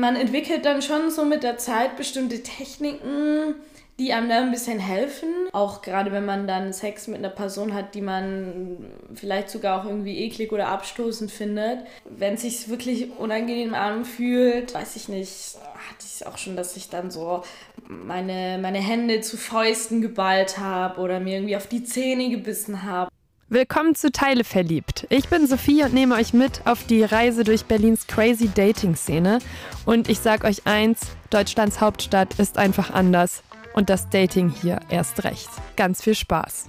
man entwickelt dann schon so mit der Zeit bestimmte Techniken, die einem da ein bisschen helfen. Auch gerade wenn man dann Sex mit einer Person hat, die man vielleicht sogar auch irgendwie eklig oder abstoßend findet. Wenn es sich wirklich unangenehm anfühlt, weiß ich nicht, hatte ich es auch schon, dass ich dann so meine Hände zu Fäusten geballt habe oder mir irgendwie auf die Zähne gebissen habe. Willkommen zu Teile verliebt. Ich bin Sophie und nehme euch mit auf die Reise durch Berlins crazy Dating-Szene. Und ich sag euch eins, Deutschlands Hauptstadt ist einfach anders. Und das Dating hier erst recht. Ganz viel Spaß.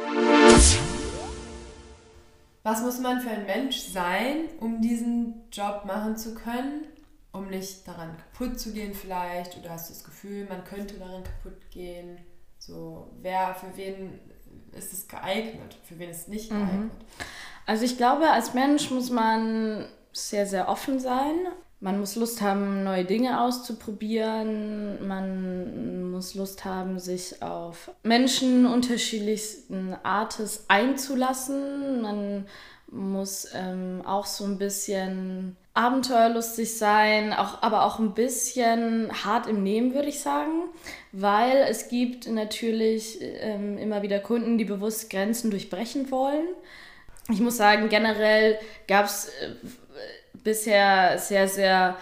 Was muss man für ein Mensch sein, um diesen Job machen zu können? Um nicht daran kaputt zu gehen vielleicht? Oder hast du das Gefühl, man könnte daran kaputt gehen? So, für wen ist es geeignet? Für wen ist es nicht geeignet? Also ich glaube, als Mensch muss man sehr, sehr offen sein. Man muss Lust haben, neue Dinge auszuprobieren. Man muss Lust haben, sich auf Menschen unterschiedlichsten Artes einzulassen. Man muss auch so ein bisschen abenteuerlustig sein, aber auch ein bisschen hart im Nehmen, würde ich sagen. Weil es gibt natürlich immer wieder Kunden, die bewusst Grenzen durchbrechen wollen. Ich muss sagen, generell gab es bisher sehr, sehr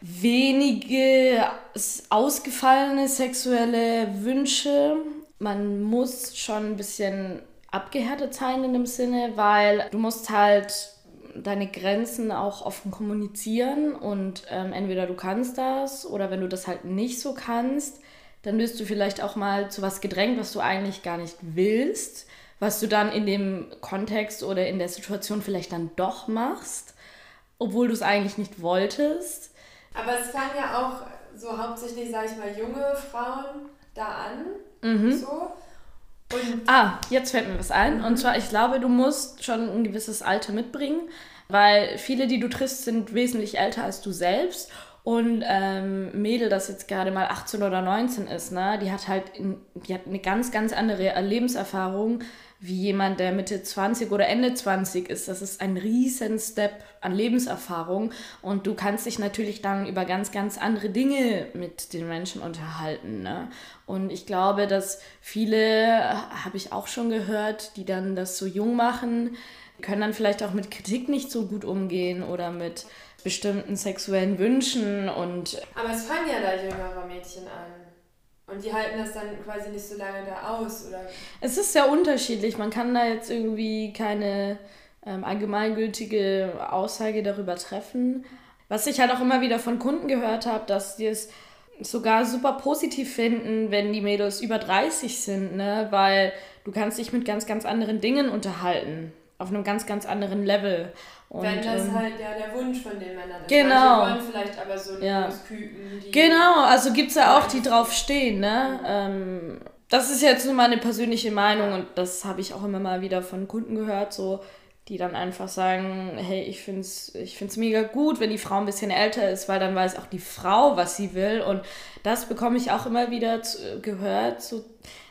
wenige ausgefallene sexuelle Wünsche. Man muss schon ein bisschen abgehärtet sein in dem Sinne, weil du musst halt deine Grenzen auch offen kommunizieren und entweder du kannst das oder wenn du das halt nicht so kannst, dann wirst du vielleicht auch mal zu was gedrängt, was du eigentlich gar nicht willst, was du dann in dem Kontext oder in der Situation vielleicht dann doch machst, obwohl du es eigentlich nicht wolltest. Aber es fangen ja auch so hauptsächlich, sage ich mal, junge Frauen da an. So. Und Jetzt fällt mir was ein. Und zwar, ich glaube, du musst schon ein gewisses Alter mitbringen, weil viele, die du triffst, sind wesentlich älter als du selbst. Und Mädel, das jetzt gerade mal 18 oder 19 ist, ne, die hat eine ganz, ganz andere Lebenserfahrung wie jemand, der Mitte 20 oder Ende 20 ist. Das ist ein riesen Step an Lebenserfahrung und du kannst dich natürlich dann über ganz, ganz andere Dinge mit den Menschen unterhalten, ne? Und ich glaube, dass viele, habe ich auch schon gehört, die dann das so jung machen, können dann vielleicht auch mit Kritik nicht so gut umgehen oder mit bestimmten sexuellen Wünschen. Aber es fangen ja da jüngere Mädchen an. Und die halten das dann quasi nicht so lange da aus, oder? Es ist sehr unterschiedlich. Man kann da jetzt irgendwie keine allgemeingültige Aussage darüber treffen. Was ich halt auch immer wieder von Kunden gehört habe, dass die es sogar super positiv finden, wenn die Mädels über 30 sind, ne? Weil du kannst dich mit ganz, ganz anderen Dingen unterhalten. Auf einem ganz, ganz anderen Level. Und, wenn das halt ja der Wunsch von den Männern ist. Genau. Manche wollen vielleicht aber so Küken, die... Genau, also gibt es ja auch, die drauf stehen, ne? Das ist jetzt nur meine persönliche Meinung und das habe ich auch immer mal wieder von Kunden gehört, so, die dann einfach sagen, hey, ich find's mega gut, wenn die Frau ein bisschen älter ist, weil dann weiß auch die Frau, was sie will. Und das bekomme ich auch immer wieder gehört, so.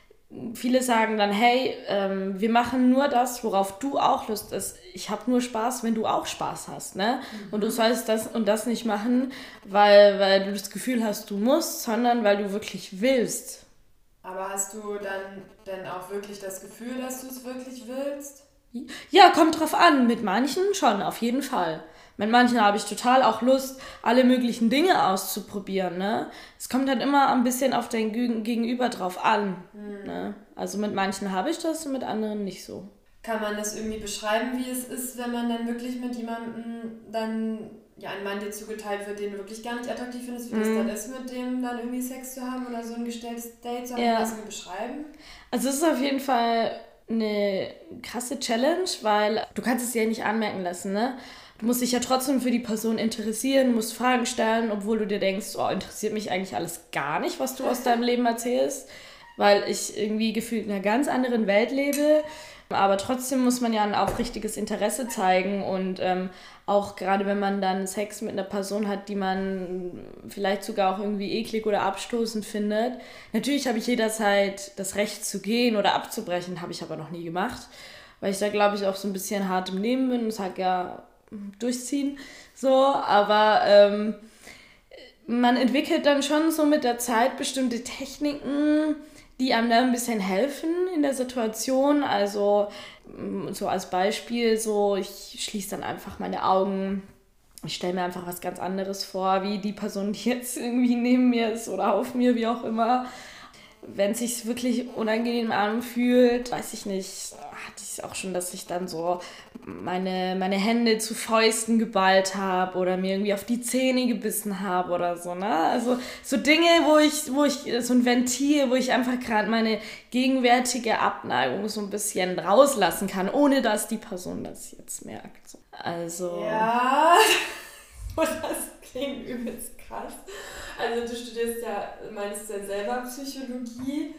Viele sagen dann, hey, wir machen nur das, worauf du auch Lust hast. Ich habe nur Spaß, wenn du auch Spaß hast, ne? Und du sollst das und das nicht machen, weil du das Gefühl hast, du musst, sondern weil du wirklich willst. Aber hast du dann auch wirklich das Gefühl, dass du es wirklich willst? Ja, kommt drauf an. Mit manchen schon, auf jeden Fall. Mit manchen habe ich total auch Lust, alle möglichen Dinge auszuprobieren, ne? Es kommt halt immer ein bisschen auf dein Gegenüber drauf an, ne? Also mit manchen habe ich das und mit anderen nicht so. Kann man das irgendwie beschreiben, wie es ist, wenn man dann wirklich mit jemandem dann, ja, ein Mann dir zugeteilt wird, den du wirklich gar nicht attraktiv findest, wie das dann ist, mit dem dann irgendwie Sex zu haben oder so ein gestelltes Date zu haben? Ja. Kann man das irgendwie beschreiben? Also es ist auf jeden Fall eine krasse Challenge, weil du kannst es dir ja nicht anmerken lassen, ne? Du musst dich ja trotzdem für die Person interessieren, musst Fragen stellen, obwohl du dir denkst, oh, interessiert mich eigentlich alles gar nicht, was du aus deinem Leben erzählst, weil ich irgendwie gefühlt in einer ganz anderen Welt lebe. Aber trotzdem muss man ja ein aufrichtiges Interesse zeigen und auch gerade wenn man dann Sex mit einer Person hat, die man vielleicht sogar auch irgendwie eklig oder abstoßend findet. Natürlich habe ich jederzeit das Recht zu gehen oder abzubrechen, habe ich aber noch nie gemacht, weil ich da, glaube ich, auch so ein bisschen hart im Nehmen bin und sage, ja, durchziehen, so, aber man entwickelt dann schon so mit der Zeit bestimmte Techniken, die einem da ein bisschen helfen in der Situation. Also so als Beispiel, so ich schließe dann einfach meine Augen. Ich stelle mir einfach was ganz anderes vor, wie die Person, die jetzt irgendwie neben mir ist oder auf mir, wie auch immer. Wenn es sich wirklich unangenehm anfühlt, weiß ich nicht, hatte ich es auch schon, dass ich dann so meine Hände zu Fäusten geballt habe oder mir irgendwie auf die Zähne gebissen habe oder so, ne? Also so Dinge, wo ich so ein Ventil, wo ich einfach gerade meine gegenwärtige Abneigung so ein bisschen rauslassen kann, ohne dass die Person das jetzt merkt. Also... Ja, das klingt übelst krass. Also du studierst ja, meinst du ja selber Psychologie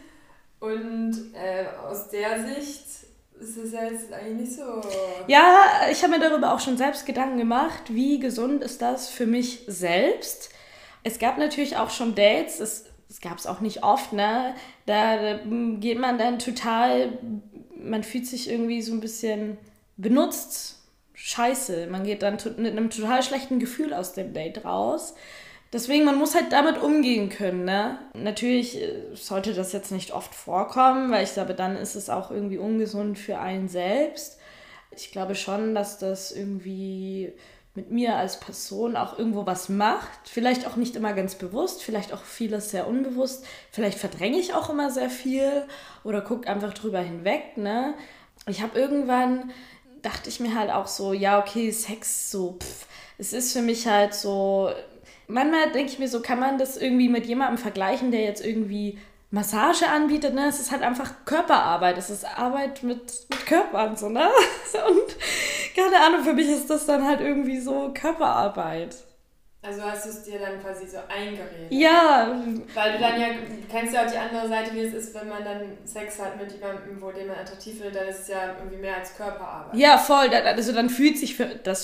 und aus der Sicht ist es ja jetzt eigentlich nicht so... Ja, ich habe mir darüber auch schon selbst Gedanken gemacht, wie gesund ist das für mich selbst. Es gab natürlich auch schon Dates, das gab es auch nicht oft, ne? Da geht man dann total, man fühlt sich irgendwie so ein bisschen benutzt, scheiße. Man geht dann mit einem total schlechten Gefühl aus dem Date raus. Deswegen, man muss halt damit umgehen können, ne? Natürlich sollte das jetzt nicht oft vorkommen, weil ich glaube, dann ist es auch irgendwie ungesund für einen selbst. Ich glaube schon, dass das irgendwie mit mir als Person auch irgendwo was macht. Vielleicht auch nicht immer ganz bewusst, vielleicht auch vieles sehr unbewusst. Vielleicht verdränge ich auch immer sehr viel oder gucke einfach drüber hinweg, ne? Ich habe irgendwann, dachte ich mir halt auch so, ja, okay, Sex, so, es ist für mich halt so... Manchmal denke ich mir so, kann man das irgendwie mit jemandem vergleichen, der jetzt irgendwie Massage anbietet, ne? Es ist halt einfach Körperarbeit, es ist Arbeit mit Körpern, so, ne? Und keine Ahnung, für mich ist das dann halt irgendwie so Körperarbeit. Also hast du es dir dann quasi so eingeredet? Ja. Weil du dann ja, kennst ja auch die andere Seite, wie es ist, wenn man dann Sex hat mit jemandem, den man attraktiv findet, dann ist es ja irgendwie mehr als Körperarbeit. Ja, voll. Also dann fühlt sich das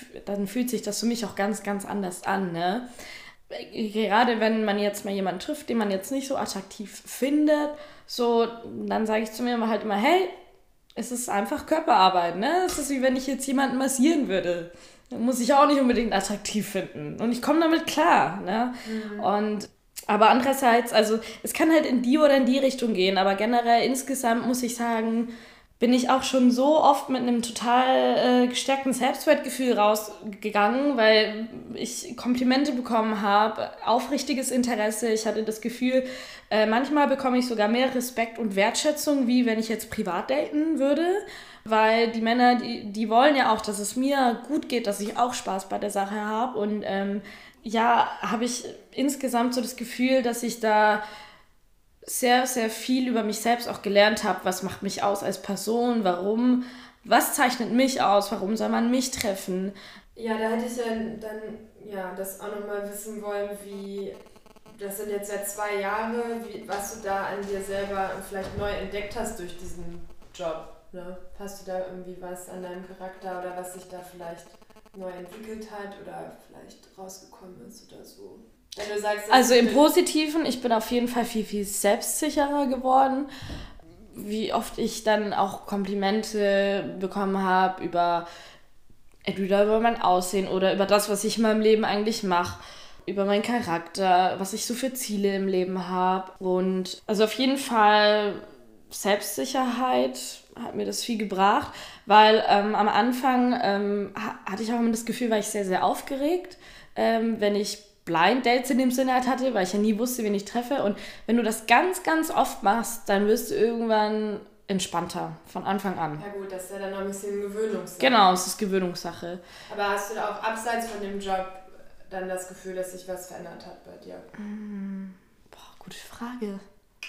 für mich auch ganz, ganz anders an, ne? Gerade wenn man jetzt mal jemanden trifft, den man jetzt nicht so attraktiv findet, so, dann sage ich zu mir halt immer, hey, es ist einfach Körperarbeit, ne? Es ist wie wenn ich jetzt jemanden massieren würde. Muss ich auch nicht unbedingt attraktiv finden. Und ich komme damit klar, ne? Aber andererseits, also es kann halt in die oder in die Richtung gehen, aber generell insgesamt muss ich sagen, bin ich auch schon so oft mit einem total gestärkten Selbstwertgefühl rausgegangen, weil ich Komplimente bekommen habe, aufrichtiges Interesse. Ich hatte das Gefühl, manchmal bekomme ich sogar mehr Respekt und Wertschätzung, wie wenn ich jetzt privat daten würde. Weil die Männer, die wollen ja auch, dass es mir gut geht, dass ich auch Spaß bei der Sache habe. Und habe ich insgesamt so das Gefühl, dass ich da sehr, sehr viel über mich selbst auch gelernt habe. Was macht mich aus als Person? Warum? Was zeichnet mich aus? Warum soll man mich treffen? Ja, da hätte ich ja dann das auch nochmal wissen wollen, wie... Das sind jetzt ja 2 Jahre, was du da an dir selber vielleicht neu entdeckt hast durch diesen Job. Ne? Hast du da irgendwie was an deinem Charakter oder was sich da vielleicht neu entwickelt hat oder vielleicht rausgekommen ist oder so? Wenn du sagst, also im Positiven, ich bin auf jeden Fall viel, viel selbstsicherer geworden. Wie oft ich dann auch Komplimente bekommen habe entweder über mein Aussehen oder über das, was ich in meinem Leben eigentlich mache, über meinen Charakter, was ich so für Ziele im Leben habe. Und also auf jeden Fall Selbstsicherheit hat mir das viel gebracht, weil am Anfang hatte ich auch immer das Gefühl, war ich sehr, sehr aufgeregt, wenn ich Blind Dates in dem Sinne halt hatte, weil ich ja nie wusste, wen ich treffe. Und wenn du das ganz, ganz oft machst, dann wirst du irgendwann entspannter von Anfang an. Ja gut, das ist ja dann noch ein bisschen Gewöhnungssache. Genau, es ist Gewöhnungssache. Aber hast du da auch abseits von dem Job dann das Gefühl, dass sich was verändert hat bei dir? Gute Frage.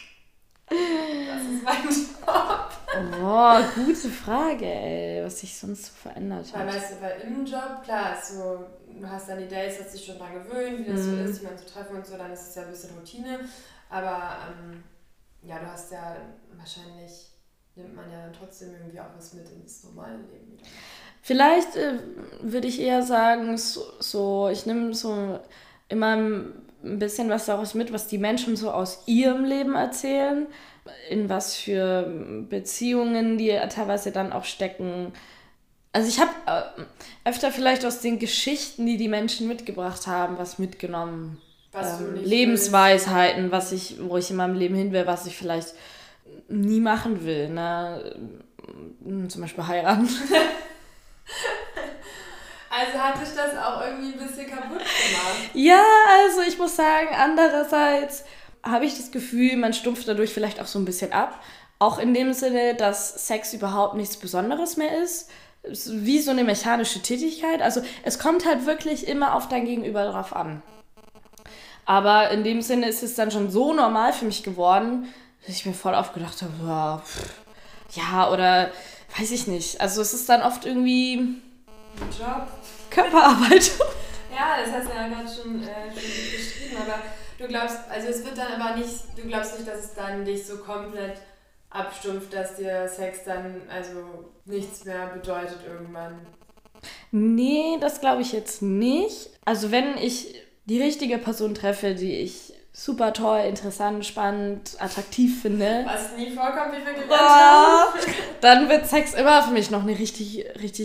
Das ist mein Job. Boah, gute Frage, ey, was sich sonst so verändert hat. Weil im Job, klar, so, du hast dann die Dates, hast dich schon dran gewöhnt, wie das so ist, jemanden zu treffen und so, dann ist es ja ein bisschen Routine. Aber du hast ja wahrscheinlich, nimmt man ja dann trotzdem irgendwie auch was mit ins normale Leben wieder. Vielleicht würde ich eher sagen, ich nehme so immer ein bisschen was daraus mit, was die Menschen so aus ihrem Leben erzählen, in was für Beziehungen die teilweise dann auch stecken. Also ich habe öfter vielleicht aus den Geschichten, die die Menschen mitgebracht haben, was mitgenommen. Lebensweisheiten, wo ich in meinem Leben hin will, was ich vielleicht nie machen will. Ne? Zum Beispiel heiraten. Also hat dich das auch irgendwie ein bisschen kaputt gemacht? Ja, also ich muss sagen, andererseits habe ich das Gefühl, man stumpft dadurch vielleicht auch so ein bisschen ab. Auch in dem Sinne, dass Sex überhaupt nichts Besonderes mehr ist. Es ist wie so eine mechanische Tätigkeit. Also es kommt halt wirklich immer auf dein Gegenüber drauf an. Aber in dem Sinne ist es dann schon so normal für mich geworden, dass ich mir voll oft gedacht habe, ja, oder weiß ich nicht. Also es ist dann oft irgendwie ein Job. Körperarbeit. Ja, das hast du ja gerade schon gut beschrieben, aber du glaubst, also es wird dann aber nicht, du glaubst nicht, dass es dann dich so komplett abstumpft, dass dir Sex dann also nichts mehr bedeutet irgendwann. Nee, das glaube ich jetzt nicht. Also wenn ich die richtige Person treffe, die ich super toll, interessant, spannend, attraktiv finde. Was nie vorkommt, wie wir gelernt haben. Dann wird Sex immer für mich noch eine richtig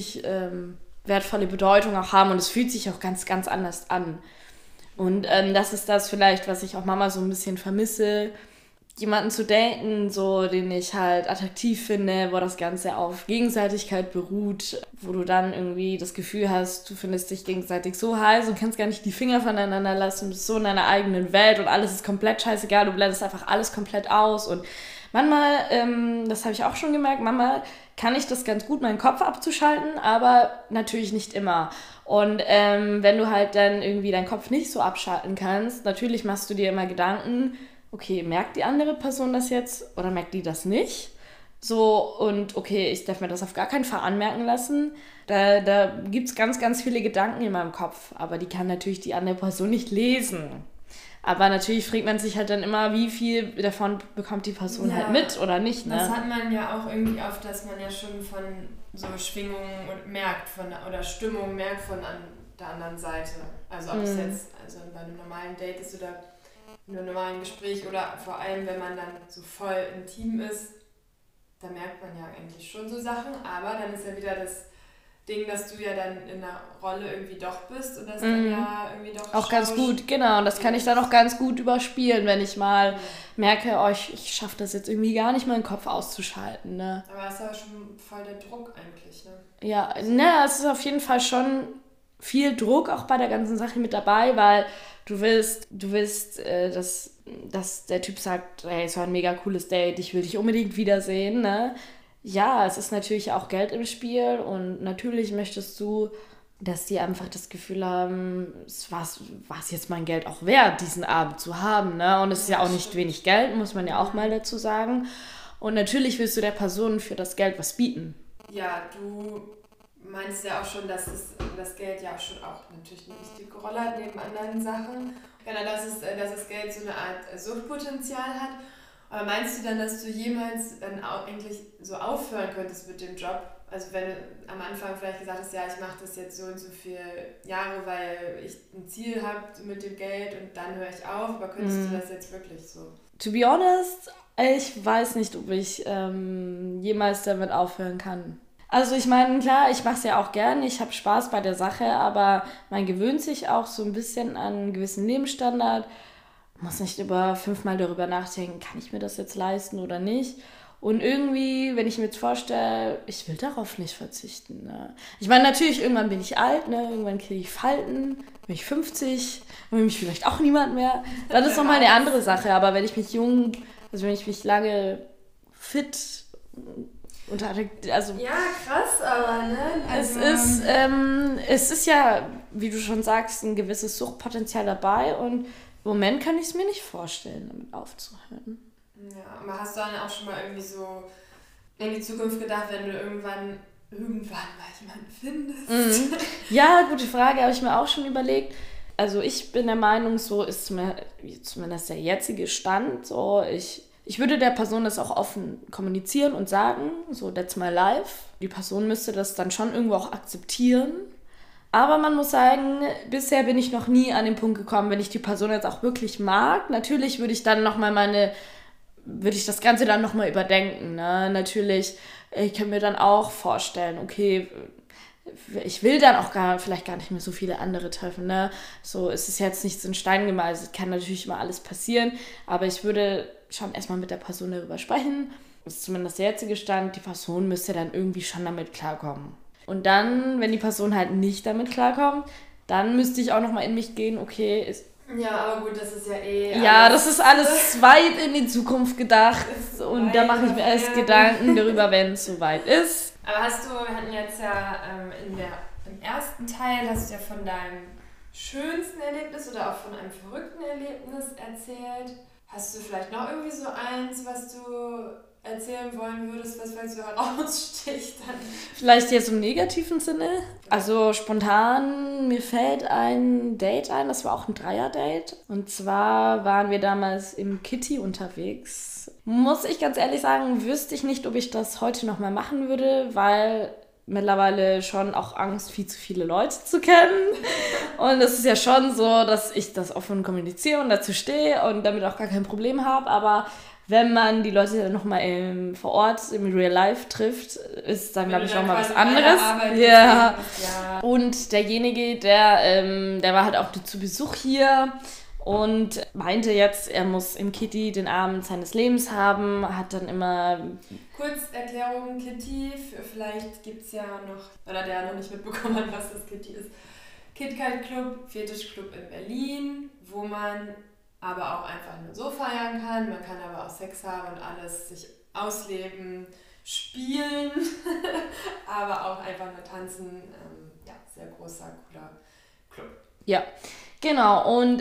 wertvolle Bedeutung auch haben und es fühlt sich auch ganz, ganz anders an. Und das ist das vielleicht, was ich auch Mama so ein bisschen vermisse, jemanden zu daten, so, den ich halt attraktiv finde, wo das Ganze auf Gegenseitigkeit beruht, wo du dann irgendwie das Gefühl hast, du findest dich gegenseitig so heiß und kannst gar nicht die Finger voneinander lassen, bist so in deiner eigenen Welt und alles ist komplett scheißegal, du blendest einfach alles komplett aus und manchmal, das habe ich auch schon gemerkt, manchmal kann ich das ganz gut, meinen Kopf abzuschalten, aber natürlich nicht immer. Und wenn du halt dann irgendwie deinen Kopf nicht so abschalten kannst, natürlich machst du dir immer Gedanken, okay, merkt die andere Person das jetzt oder merkt die das nicht? So, und okay, ich darf mir das auf gar keinen Fall anmerken lassen. Da gibt es ganz, ganz viele Gedanken in meinem Kopf, aber die kann natürlich die andere Person nicht lesen. Aber natürlich fragt man sich halt dann immer, wie viel davon bekommt die Person halt mit oder nicht. Ne? Das hat man ja auch irgendwie oft, dass man ja schon von so Schwingungen merkt oder Stimmung merkt von der anderen Seite. Also ob es jetzt bei einem normalen Date ist oder in einem normalen Gespräch oder vor allem, wenn man dann so voll intim ist, da merkt man ja eigentlich schon so Sachen, aber dann ist ja wieder das Ding, dass du ja dann in einer Rolle irgendwie doch bist und das dann ja irgendwie doch auch ganz gut, genau, und das kann ich dann auch ganz gut überspielen, wenn ich mal merke, ich schaffe das jetzt irgendwie gar nicht, meinen Kopf auszuschalten. Ne? Aber das ist ja schon voll der Druck eigentlich, ne? Ja, es ist auf jeden Fall schon viel Druck auch bei der ganzen Sache mit dabei, weil du willst, dass der Typ sagt, hey, es war ein mega cooles Date, ich will dich unbedingt wiedersehen, ne? Ja, es ist natürlich auch Geld im Spiel und natürlich möchtest du, dass die einfach das Gefühl haben, es war jetzt mein Geld auch wert, diesen Abend zu haben, ne? Und es ist ja auch nicht wenig Geld, muss man ja auch mal dazu sagen. Und natürlich willst du der Person für das Geld was bieten. Ja, du meinst ja auch schon, dass das Geld ja schon auch natürlich eine wichtige Rolle hat neben anderen Sachen. Genau, dass das Geld so eine Art Suchtpotenzial hat. Aber meinst du dann, dass du jemals dann auch eigentlich so aufhören könntest mit dem Job? Also wenn du am Anfang vielleicht gesagt hast, ja, ich mache das jetzt so und so viele Jahre, weil ich ein Ziel habe mit dem Geld und dann höre ich auf, aber könntest du das jetzt wirklich so? To be honest, ich weiß nicht, ob ich jemals damit aufhören kann. Also ich meine, klar, ich mache es ja auch gern, ich habe Spaß bei der Sache, aber man gewöhnt sich auch so ein bisschen an einen gewissen Lebensstandard, muss nicht 5-mal darüber nachdenken, kann ich mir das jetzt leisten oder nicht. Und irgendwie, wenn ich mir jetzt vorstelle, ich will darauf nicht verzichten. Ne? Ich meine, natürlich, irgendwann bin ich alt, ne? Irgendwann kriege ich Falten, bin ich 50, dann will mich vielleicht auch niemand mehr. Dann ist nochmal eine andere Sache, aber wenn ich mich wenn ich mich lange fit also ja, krass, aber ne? Also es ist ja, wie du schon sagst, ein gewisses Suchtpotenzial dabei und im Moment kann ich es mir nicht vorstellen, damit aufzuhören. Ja, aber hast du dann auch schon mal irgendwie so in die Zukunft gedacht, wenn du irgendwann mal jemanden findest? Ja, gute Frage, habe ich mir auch schon überlegt. Also ich bin der Meinung, so ist zumindest der jetzige Stand, so ich würde der Person das auch offen kommunizieren und sagen, so that's my life. Die Person müsste das dann schon irgendwo auch akzeptieren. Aber man muss sagen, bisher bin ich noch nie an den Punkt gekommen, wenn ich die Person jetzt auch wirklich mag. Natürlich würde ich dann würde ich das Ganze dann nochmal überdenken. Ne? Natürlich, ich kann mir dann auch vorstellen, okay, ich will dann auch vielleicht gar nicht mehr so viele andere treffen, ne? So ist es jetzt nichts in Stein gemeißelt, kann natürlich immer alles passieren, aber ich würde schon erstmal mit der Person darüber sprechen. Das ist zumindest der jetzige Stand, die Person müsste dann irgendwie schon damit klarkommen. Und dann, wenn die Person halt nicht damit klarkommt, dann müsste ich auch nochmal in mich gehen, okay, ja, aber gut, das ist ja ja, das ist alles weit in die Zukunft gedacht und da mache ich mir erst Gedanken darüber, wenn es soweit ist. Aber wir hatten jetzt ja im ersten Teil hast du ja von deinem schönsten Erlebnis oder auch von einem verrückten Erlebnis erzählt. Hast du vielleicht noch irgendwie so eins, was du erzählen wollen würdest, was vielleicht so heraussticht? Dann? Vielleicht jetzt im negativen Sinne. Also spontan, mir fällt ein Date ein, das war auch ein Dreier-Date. Und zwar waren wir damals im Kitty unterwegs. Muss ich ganz ehrlich sagen, wüsste ich nicht, ob ich das heute nochmal machen würde, weil mittlerweile schon auch Angst, viel zu viele Leute zu kennen. Und es ist ja schon so, dass ich das offen kommuniziere und dazu stehe und damit auch gar kein Problem habe, aber wenn man die Leute dann nochmal vor Ort im Real Life trifft, ist dann, glaube ich, nochmal was anderes. Ja. Und derjenige, der war halt auch zu Besuch hier und meinte jetzt, er muss im Kitty den Abend seines Lebens haben, hat dann immer... Kurzerklärung, Kitty, vielleicht gibt es ja noch, oder der noch nicht mitbekommen hat, was das Kitty ist. KitKat Club, Fetischclub in Berlin, wo man aber auch einfach nur so feiern kann. Man kann aber auch Sex haben und alles sich ausleben, spielen, aber auch einfach nur tanzen. Ja, sehr großer, cooler Club. Ja, genau. Und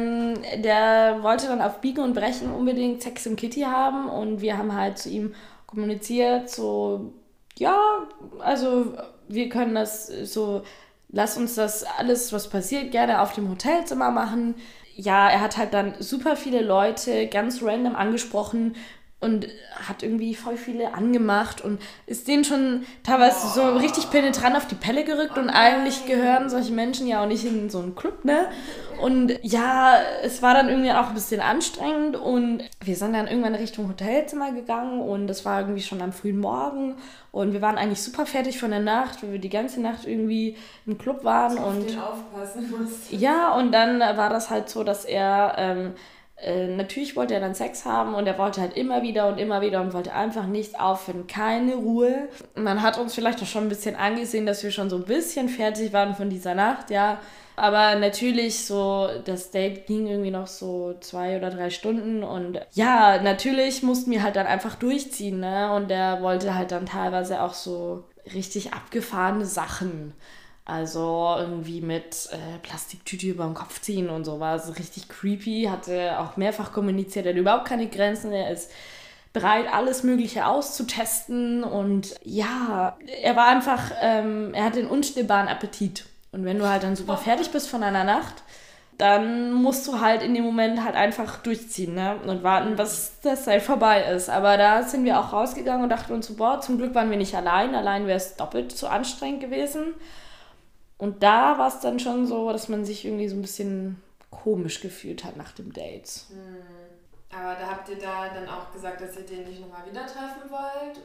der wollte dann auf Biegen und Brechen unbedingt Sex im Kitty haben und wir haben halt zu ihm kommuniziert, so, ja, also wir können das so, lass uns das alles, was passiert, gerne auf dem Hotelzimmer machen. Ja, er hat halt dann super viele Leute ganz random angesprochen und hat irgendwie voll viele angemacht und ist denen schon teilweise so richtig penetrant auf die Pelle gerückt und eigentlich gehören solche Menschen ja auch nicht in so einen Club, ne? Und ja, es war dann irgendwie auch ein bisschen anstrengend und wir sind dann irgendwann Richtung Hotelzimmer gegangen und das war irgendwie schon am frühen Morgen und wir waren eigentlich super fertig von der Nacht, weil wir die ganze Nacht irgendwie im Club waren und aufpassen mussten. Ja, und dann war das halt so, dass er natürlich wollte er dann Sex haben und er wollte halt immer wieder und wollte einfach nicht aufhören, keine Ruhe. Man hat uns vielleicht auch schon ein bisschen angesehen, dass wir schon so ein bisschen fertig waren von dieser Nacht, ja. Aber natürlich so, das Date ging irgendwie noch so 2 oder 3 Stunden und ja, natürlich mussten wir halt dann einfach durchziehen, ne? Und er wollte halt dann teilweise auch so richtig abgefahrene Sachen. Also irgendwie mit Plastiktüte über den Kopf ziehen und sowas. Richtig creepy, hatte auch mehrfach kommuniziert, er hat überhaupt keine Grenzen, er ist bereit, alles Mögliche auszutesten und ja, er war einfach, er hatte einen unstillbaren Appetit. Und wenn du halt dann super fertig bist von einer Nacht, dann musst du halt in dem Moment halt einfach durchziehen, ne? Und warten, bis das Zeit vorbei ist. Aber da sind wir auch rausgegangen und dachten uns so, boah, zum Glück waren wir nicht allein. Allein wäre es doppelt so anstrengend gewesen. Und da war es dann schon so, dass man sich irgendwie so ein bisschen komisch gefühlt hat nach dem Date. Aber da habt ihr da dann auch gesagt, dass ihr den nicht nochmal wieder treffen wollt?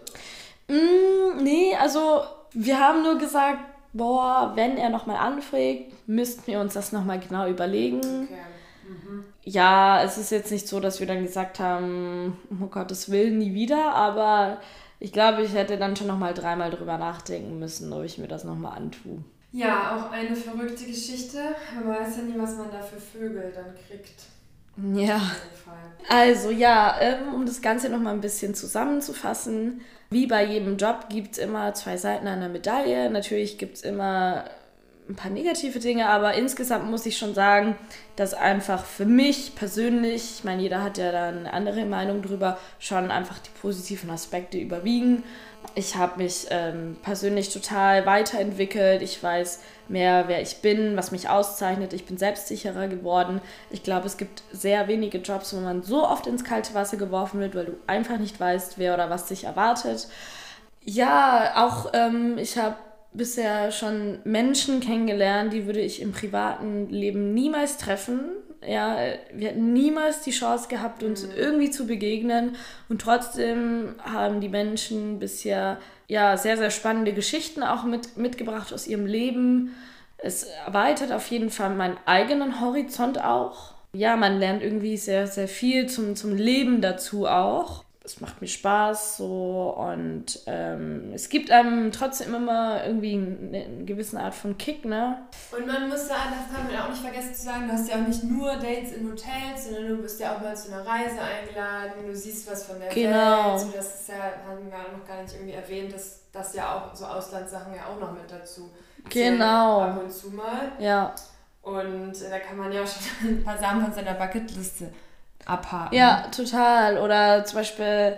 Nee, also wir haben nur gesagt, boah, wenn er nochmal anfragt, müssten wir uns das nochmal genau überlegen. Okay. Mhm. Ja, es ist jetzt nicht so, dass wir dann gesagt haben, um Gottes Willen, nie wieder, aber ich glaube, ich hätte dann schon nochmal 3-mal drüber nachdenken müssen, ob ich mir das nochmal antue. Ja, auch eine verrückte Geschichte. Man weiß ja nie, was man da für Vögel dann kriegt. Ja. Auf jeden Fall. Also ja, um das Ganze nochmal ein bisschen zusammenzufassen, wie bei jedem Job gibt es immer 2 Seiten einer Medaille. Natürlich gibt es immer ein paar negative Dinge, aber insgesamt muss ich schon sagen, dass einfach für mich persönlich, ich meine, jeder hat ja da eine andere Meinung drüber, schon einfach die positiven Aspekte überwiegen. Ich habe mich persönlich total weiterentwickelt. Ich weiß mehr, wer ich bin, was mich auszeichnet. Ich bin selbstsicherer geworden. Ich glaube, es gibt sehr wenige Jobs, wo man so oft ins kalte Wasser geworfen wird, weil du einfach nicht weißt, wer oder was dich erwartet. Ja, auch ich habe bisher schon Menschen kennengelernt, die würde ich im privaten Leben niemals treffen. ja, wir hätten niemals die Chance gehabt, uns irgendwie zu begegnen und trotzdem haben die Menschen bisher ja sehr, sehr spannende Geschichten auch mitgebracht aus ihrem Leben. Es erweitert auf jeden Fall meinen eigenen Horizont auch. Ja, man lernt irgendwie sehr, sehr viel zum Leben dazu auch. Es macht mir Spaß so und es gibt einem trotzdem immer irgendwie eine gewisse Art von Kick, ne? Und man muss da, das haben wir auch nicht vergessen zu sagen, du hast ja auch nicht nur Dates in Hotels, sondern du bist ja auch mal zu einer Reise eingeladen, du siehst was von der Welt. So, das ist ja, haben wir noch gar nicht irgendwie erwähnt, dass das ja auch so Auslandssachen ja auch noch mit dazu zählen, ab und zu mal. Ja. Und da kann man ja auch schon ein paar Sachen von seiner Bucketliste abhaken. Ja, total. Oder zum Beispiel,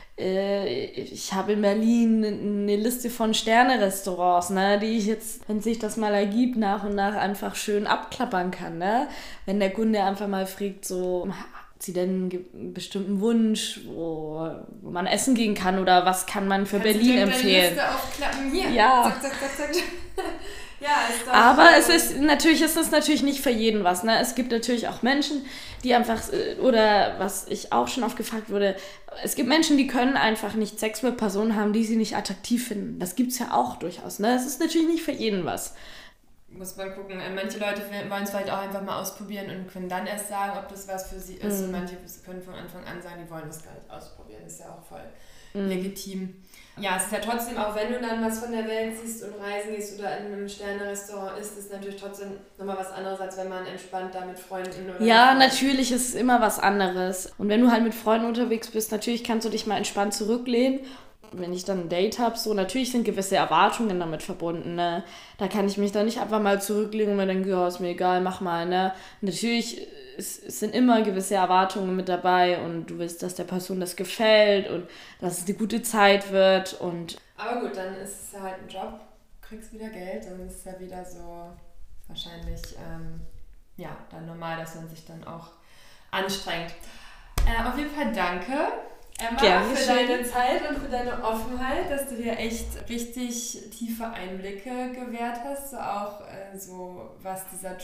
ich habe in Berlin eine Liste von Sterne-Restaurants, ne, die ich jetzt, wenn sich das mal ergibt, nach und nach einfach schön abklappern kann. Ne? Wenn der Kunde einfach mal fragt, so, hat sie denn einen bestimmten Wunsch, wo man essen gehen kann oder was kann man für Berlin empfehlen? Liste aufklappen? Hier. Ja. Zack, zack, zack, zack. Ja, ist doch aber es ist natürlich nicht für jeden was. Ne? Es gibt natürlich auch Menschen, die einfach, oder was ich auch schon oft gefragt wurde, es gibt Menschen, die können einfach nicht Sex mit Personen haben, die sie nicht attraktiv finden. Das gibt es ja auch durchaus. Ne? Es ist natürlich nicht für jeden was. Muss man gucken. Manche Leute wollen es vielleicht auch einfach mal ausprobieren und können dann erst sagen, ob das was für sie ist. Und manche können von Anfang an sagen, die wollen das gar nicht ausprobieren. Das ist ja auch voll legitim. Ja, es ist ja trotzdem, auch wenn du dann was von der Welt siehst und reisen gehst oder in einem Sterne-Restaurant isst, ist natürlich trotzdem nochmal was anderes, als wenn man entspannt da mit Freunden oder... Ja, natürlich ist es immer was anderes. Und wenn du halt mit Freunden unterwegs bist, natürlich kannst du dich mal entspannt zurücklehnen. Wenn ich dann ein Date habe, so natürlich sind gewisse Erwartungen damit verbunden, ne? Da kann ich mich dann nicht einfach mal zurücklegen und mir denken, ja, ist mir egal, mach mal, ne? Natürlich es sind immer gewisse Erwartungen mit dabei und du willst, dass der Person das gefällt und dass es eine gute Zeit wird und... Aber gut, dann ist es ja halt ein Job, kriegst wieder Geld, dann ist es ja wieder so wahrscheinlich, dann normal, dass man sich dann auch anstrengt. Auf jeden Fall danke, Emma, für deine Zeit und für deine Offenheit, dass du dir echt richtig tiefe Einblicke gewährt hast, so auch was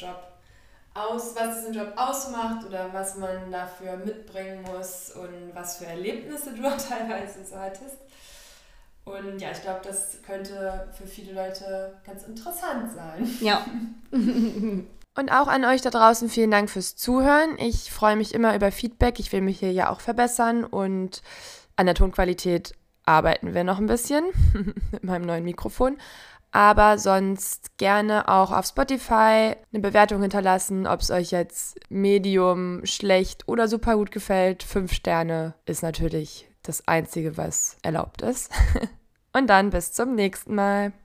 diesen Job ausmacht oder was man dafür mitbringen muss und was für Erlebnisse du auch teilweise so hattest. Und ja, ich glaube, das könnte für viele Leute ganz interessant sein. Ja. Und auch an euch da draußen vielen Dank fürs Zuhören. Ich freue mich immer über Feedback. Ich will mich hier ja auch verbessern und an der Tonqualität arbeiten wir noch ein bisschen mit meinem neuen Mikrofon. Aber sonst gerne auch auf Spotify eine Bewertung hinterlassen, ob es euch jetzt medium, schlecht oder super gut gefällt. 5 Sterne ist natürlich das Einzige, was erlaubt ist. Und dann bis zum nächsten Mal.